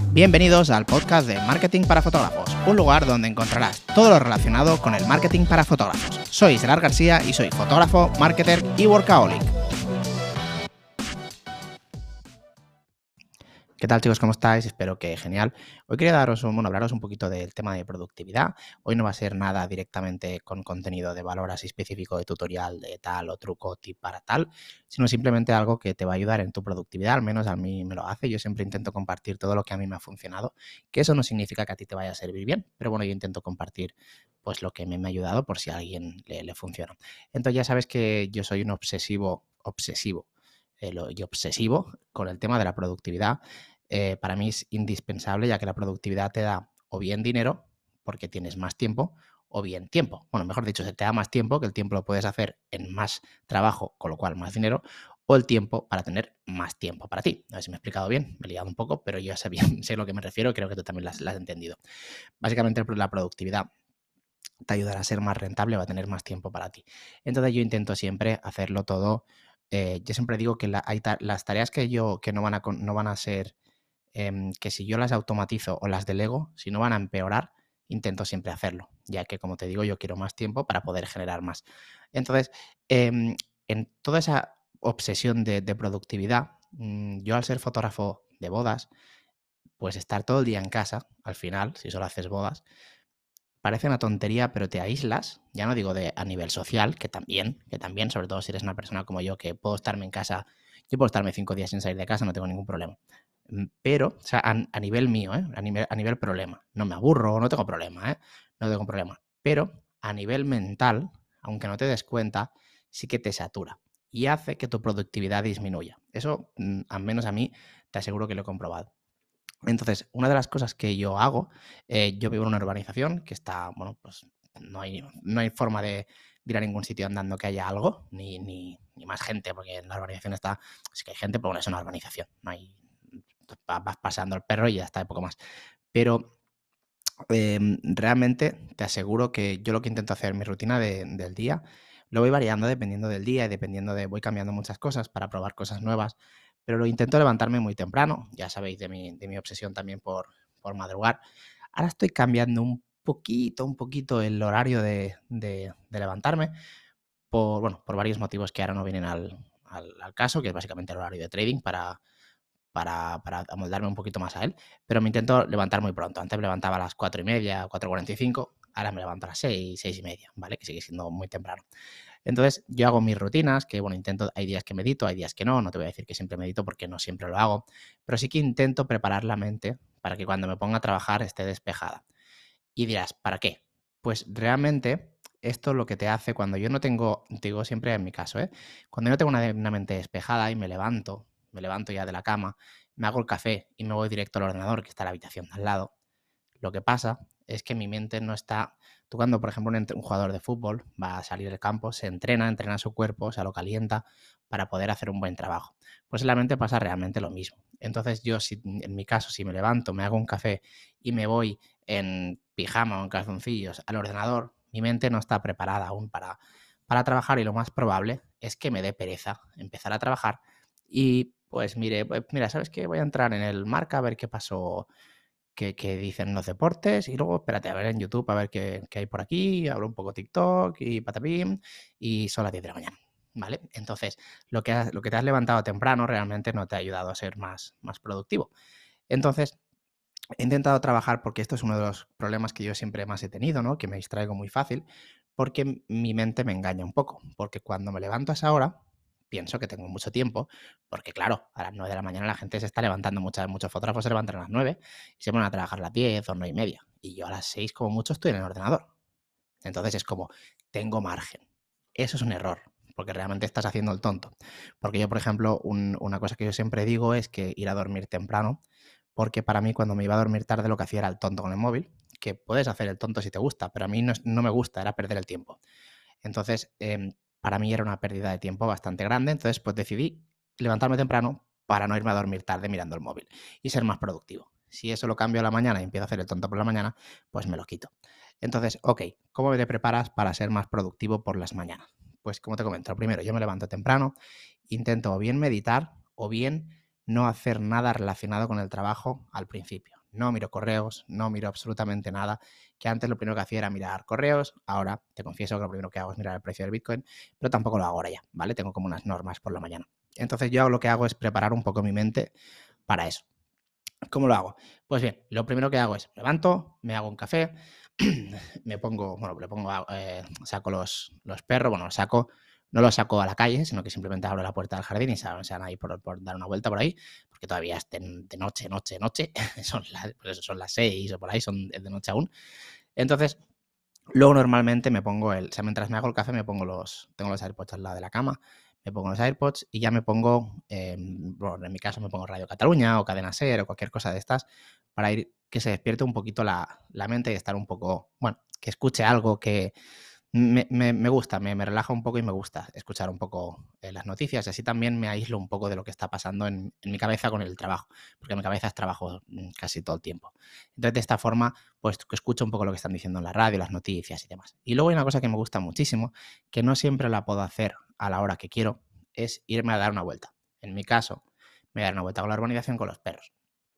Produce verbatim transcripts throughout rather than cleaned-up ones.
Bienvenidos al podcast de Marketing para Fotógrafos, un lugar donde encontrarás todo lo relacionado con el marketing para fotógrafos. Soy Gerard García y soy fotógrafo, marketer y workaholic. ¿Qué tal, chicos? ¿Cómo estáis? Espero que genial. Hoy quería daros un, bueno, hablaros un poquito del tema de productividad. Hoy no va a ser nada directamente con contenido de valor así específico de tutorial de tal o truco tip para tal, sino simplemente algo que te va a ayudar en tu productividad. Al menos a mí me lo hace. Yo siempre intento compartir todo lo que a mí me ha funcionado, que eso no significa que a ti te vaya a servir bien, pero bueno, yo intento compartir pues lo que me, me ha ayudado por si a alguien le, le funciona. Entonces ya sabes que yo soy un obsesivo, obsesivo, eh, lo- y obsesivo con el tema de la productividad. Eh, para mí es indispensable, ya que la productividad te da o bien dinero, porque tienes más tiempo, o bien tiempo. Bueno, mejor dicho, se te da más tiempo, que el tiempo lo puedes hacer en más trabajo, con lo cual más dinero, o el tiempo para tener más tiempo para ti. A ver si me he explicado bien, me he liado un poco, pero yo sé bien, sé a lo que me refiero, creo que tú también lo has, lo has entendido. Básicamente la productividad te ayudará a ser más rentable, va a tener más tiempo para ti. Entonces yo intento siempre hacerlo todo. Eh, yo siempre digo que la- hay ta- las tareas que yo que no van a, con- no van a ser em, que si yo las automatizo o las delego, si no van a empeorar, intento siempre hacerlo, ya que, como te digo, yo quiero más tiempo para poder generar más. Entonces, em, en toda esa obsesión de, de productividad, mm, yo al ser fotógrafo de bodas, pues estar todo el día en casa, al final, si solo haces bodas, parece una tontería, pero te aíslas, ya no digo de a nivel social, que también, que también, sobre todo si eres una persona como yo, que puedo estarme en casa, yo puedo estarme cinco días sin salir de casa, no tengo ningún problema. Mm, Pero, o sea, a, a nivel mío, ¿eh? A nivel, a nivel problema. No me aburro, no tengo problema, ¿eh? No tengo problema. Pero a nivel mental, aunque no te des cuenta, sí que te satura y hace que tu productividad disminuya. Eso, mm, al menos a mí, te aseguro que lo he comprobado. Entonces, una de las cosas que yo hago, eh, yo vivo en una urbanización que está, bueno, pues no hay, no hay forma de, de ir a ningún sitio andando que haya algo, ni, ni, ni más gente, porque en la urbanización está, sí que hay gente, pero bueno, es una urbanización, no hay, va- vas pasando el perro y ya está, y poco más. Pero em, realmente te aseguro que yo lo que intento hacer, mi rutina de- del día, lo voy variando dependiendo del día y dependiendo de, voy cambiando muchas cosas para probar cosas nuevas, pero lo intento levantarme muy temprano, ya sabéis de mi, de mi obsesión también por, por madrugar. Ahora estoy cambiando un poquito, un poquito el horario de, de- de levantarme por, bueno, por varios motivos que ahora no vienen al, al- al caso, que es básicamente el horario de trading para para, para amoldarme un poquito más a él, pero me intento levantar muy pronto. Antes me levantaba a las cuatro y media, cuatro cuarenta y cinco, ahora me levanto a las seis, seis y media, ¿vale? Que sigue siendo muy temprano. Entonces, yo hago mis rutinas, que bueno, intento, hay días que medito, hay días que no, no te voy a decir que siempre medito porque no siempre lo hago, pero sí que intento preparar la mente para que cuando me ponga a trabajar esté despejada. Y dirás, ¿para qué? Pues realmente esto lo que te hace cuando yo no tengo, te digo siempre en mi caso, ¿eh? Cuando yo no tengo una, una mente despejada y me levanto, me levanto ya de la cama, me hago el café y me voy directo al ordenador que está en la habitación de al lado, lo que pasa es que mi mente no está. Tú, cuando, por ejemplo, un, ent- un jugador de fútbol va a salir del campo, se entrena, entrena su cuerpo, se lo calienta para poder hacer un buen trabajo. Pues en la mente pasa realmente lo mismo. Entonces, yo, si, en mi caso, si me levanto, me hago un café y me voy en pijama o en calzoncillos al ordenador, mi mente no está preparada aún para, para trabajar y lo más probable es que me dé pereza empezar a trabajar y pues mire, pues mira, ¿sabes qué? Voy a entrar en el Marca a ver qué pasó, qué, qué dicen los deportes y luego espérate a ver en YouTube a ver qué, qué hay por aquí, abro un poco TikTok y patapim y son las diez de la mañana, ¿vale? Entonces, lo que, has- lo que te has levantado temprano realmente no te ha ayudado a ser más, más productivo. Entonces, he intentado trabajar porque esto es uno de los problemas que yo siempre más he tenido, ¿no? Que me distraigo muy fácil porque mi mente me engaña un poco, porque cuando me levanto a esa hora pienso que tengo mucho tiempo, porque claro, a las nueve de la mañana la gente se está levantando, muchas, muchos fotógrafos se levantan a las nueve y se ponen a trabajar a las diez o nueve y media, y yo a las seis como mucho estoy en el ordenador. Entonces es como, tengo margen. Eso es un error, porque realmente estás haciendo el tonto. Porque yo, por ejemplo, un- una cosa que yo siempre digo es que ir a dormir temprano, porque para mí cuando me iba a dormir tarde lo que hacía era el tonto con el móvil, que puedes hacer el tonto si te gusta, pero a mí no, es- no me gusta, era perder el tiempo. Entonces, em, para mí era una pérdida de tiempo bastante grande, entonces pues decidí levantarme temprano para no irme a dormir tarde mirando el móvil y ser más productivo. Si eso lo cambio a la mañana y empiezo a hacer el tonto por la mañana, pues me lo quito. Entonces, ok, ¿cómo te preparas para ser más productivo por las mañanas? Pues como te comento, primero yo me levanto temprano, intento o bien meditar o bien no hacer nada relacionado con el trabajo al principio. no miro correos, no miro absolutamente nada, que antes lo primero que hacía era mirar correos, ahora te confieso que lo primero que hago es mirar el precio del Bitcoin, pero tampoco lo hago ahora ya, ¿vale? Tengo como unas normas por la mañana. Entonces yo lo que hago es preparar un poco mi mente para eso. ¿Cómo lo hago? Pues bien, lo primero que hago es me levanto, me hago un café, me pongo, bueno, le pongo, a- eh, saco los, los perros, bueno, los saco, no los saco a la calle, sino que simplemente abro la puerta del jardín y se van, se van ahí por, por dar una vuelta por ahí, porque todavía es de, de noche, noche, noche, son las, pues eso, son las seis o por ahí, son de noche aún. Entonces, luego normalmente me pongo el, o sea, mientras me hago el café me pongo los, tengo los AirPods al lado de la cama, me pongo los AirPods y ya me pongo, eh, bueno, en mi caso me pongo Radio Cataluña o Cadena Ser o cualquier cosa de estas para ir que se despierte un poquito la, la mente y estar un poco, bueno, que escuche algo que, me, me- me gusta, me, me relaja un poco y me gusta escuchar un poco eh, las noticias y así también me aíslo un poco de lo que está pasando en, en mi cabeza con el trabajo, porque en mi cabeza es trabajo mm, casi todo el tiempo. Entonces, de esta forma, pues que escucho un poco lo que están diciendo en la radio, las noticias y demás. Y luego hay una cosa que me gusta muchísimo, que no siempre la puedo hacer a la hora que quiero, es irme a dar una vuelta. En mi caso, me voy a dar una vuelta con la urbanización con los perros.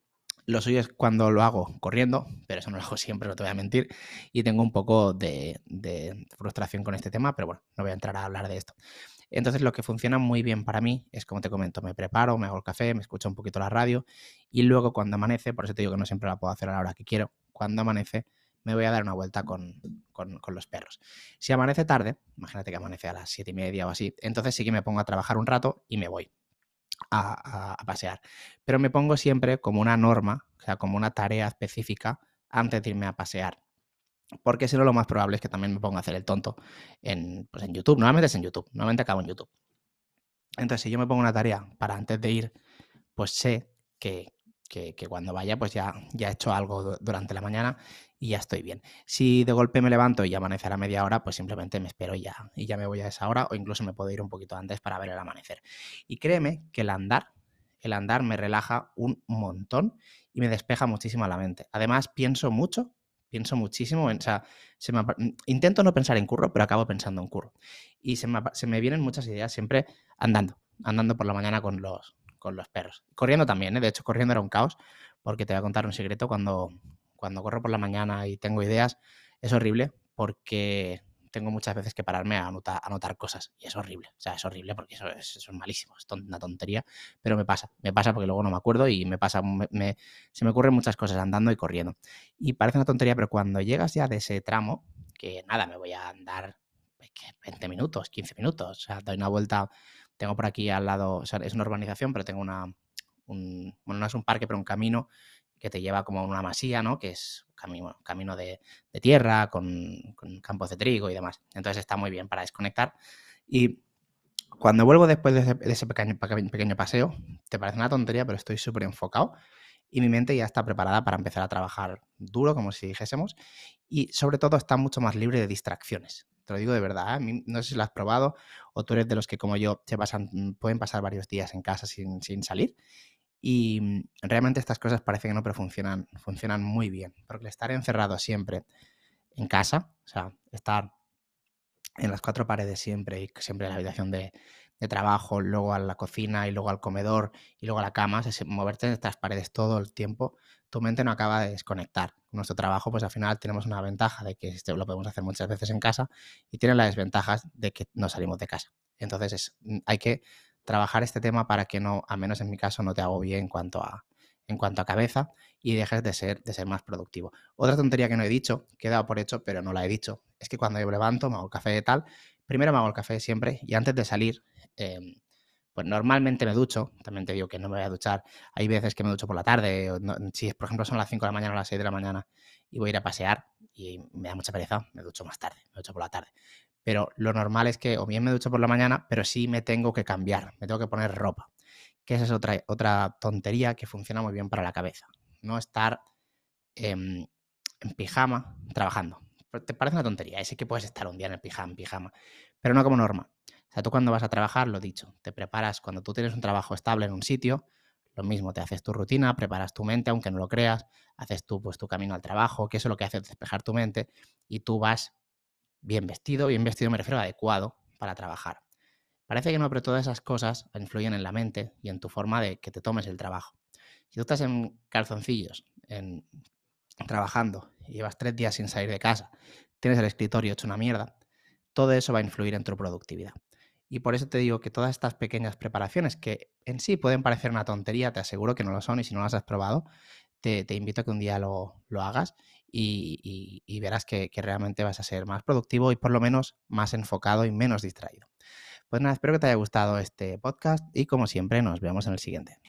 Lo suyo es cuando lo hago corriendo, pero eso no lo hago siempre, no te voy a mentir, y tengo un poco de, de frustración con este tema, pero bueno, no voy a entrar a hablar de esto. Entonces, lo que funciona muy bien para mí es, como te comento, me preparo, me hago el café, me escucho un poquito la radio y luego cuando amanece, por eso te digo que no siempre la puedo hacer a la hora que quiero, cuando amanece me voy a dar una vuelta con, con- con los perros. Si amanece tarde, imagínate que amanece a las siete y media o así, entonces sí que me pongo a trabajar un rato y me voy a, a- a pasear. Pero me pongo siempre como una norma, o sea, como una tarea específica antes de irme a pasear. Porque si no, lo más probable es que también me ponga a hacer el tonto en, pues en YouTube. Normalmente es en YouTube, normalmente acabo en YouTube. Entonces, si yo me pongo una tarea para antes de ir, pues sé que, que- que cuando vaya, pues ya, ya he hecho algo du- durante la mañana y ya estoy bien. Si de golpe me levanto y amanece a la media hora, pues simplemente me espero y ya, y ya me voy a esa hora o incluso me puedo ir un poquito antes para ver el amanecer. Y créeme que el andar, el andar me relaja un montón y me despeja muchísimo la mente. Además, pienso mucho, pienso muchísimo, en, o sea, se me apa- intento no pensar en curro, pero acabo pensando en curro. Y se me, apa- se me vienen muchas ideas siempre andando, andando por la mañana con los, con los perros. Corriendo también, ¿eh? De hecho, corriendo era un caos, porque te voy a contar un secreto, cuando, cuando corro por la mañana y tengo ideas, es horrible porque tengo muchas veces que pararme a anotar, a anotar cosas y es horrible, o sea, es horrible porque eso es, eso es malísimo, es ton- una tontería, pero me pasa, me pasa porque luego no me acuerdo y me pasa, me- me- se me ocurren muchas cosas andando y corriendo. Y parece una tontería, pero cuando llegas ya de ese tramo, que nada, me voy a andar pues, que veinte minutos, quince minutos, o sea, doy una vuelta, tengo por aquí al lado, o sea, es una urbanización, pero tengo una, un, bueno, no es un parque, pero un camino que te lleva como a una masía, ¿no? Que es un camino, camino de, de tierra con, con campos de trigo y demás. Entonces está muy bien para desconectar. Y cuando vuelvo después de ese, de ese pequeño, pequeño paseo, te parece una tontería, pero estoy súper enfocado y mi mente ya está preparada para empezar a trabajar duro, como si dijésemos, y sobre todo está mucho más libre de distracciones. Te lo digo de verdad, ¿eh? A mí, no sé si lo has probado o tú eres de los que como yo se pasan, mm, pueden pasar varios días en casa sin, sin salir y mm, realmente estas cosas parece que no, pero funcionan, funcionan muy bien, porque el estar encerrado siempre en casa, o sea, estar en las cuatro paredes siempre y siempre en la habitación de, de trabajo, luego a la cocina y luego al comedor y luego a la cama, o sea, moverte en estas paredes todo el tiempo, tu mente no acaba de desconectar. Nuestro trabajo, pues al final tenemos una ventaja de que esto lo podemos hacer muchas veces en casa y tiene las desventajas de que no salimos de casa. Entonces es, mm, hay que trabajar este tema para que no, al menos en mi caso, no te agobie en cuanto a, en cuanto a cabeza y dejes de ser, de ser más productivo. Otra tontería que no he dicho, que he dado por hecho, pero no la he dicho, es que cuando yo me levanto, me hago el café y tal, primero me hago el café siempre y antes de salir, eh, pues normalmente me ducho, también te digo que no me voy a duchar, hay veces que me ducho por la tarde, o no- si por ejemplo son las cinco de la mañana o las seis de la mañana y voy a ir a pasear y me da mucha pereza, me ducho más tarde, me ducho por la tarde. Pero lo normal es que o bien me ducho por la mañana, pero sí me tengo que cambiar, me tengo que poner ropa, que esa es otra, otra tontería que funciona muy bien para la cabeza. No estar em, en pijama trabajando. Pues te parece una tontería, sí que puedes estar un día en el pijama, en pijama, pero no como norma. O sea, tú cuando vas a trabajar, lo dicho, te preparas, cuando tú tienes un trabajo estable en un sitio, lo mismo, te haces tu rutina, preparas tu mente, aunque no lo creas, haces tú pues tu camino al trabajo, que eso lo que hace es despejar tu mente y tú vas bien vestido, bien vestido me refiero a adecuado para trabajar. Parece que no, pero todas esas cosas influyen en la mente y en tu forma de que te tomes el trabajo. Si tú estás en calzoncillos, en, trabajando y llevas tres días sin salir de casa, tienes el escritorio hecho una mierda, todo eso va a influir en tu productividad. Y por eso te digo que todas estas pequeñas preparaciones, que en sí pueden parecer una tontería, te aseguro que no lo son, y si no las has probado, te, te invito a que un día lo, lo hagas y, y- y verás que, que realmente vas a ser más productivo y por lo menos más enfocado y menos distraído. Pues nada, espero que te haya gustado este podcast y como siempre nos vemos en el siguiente.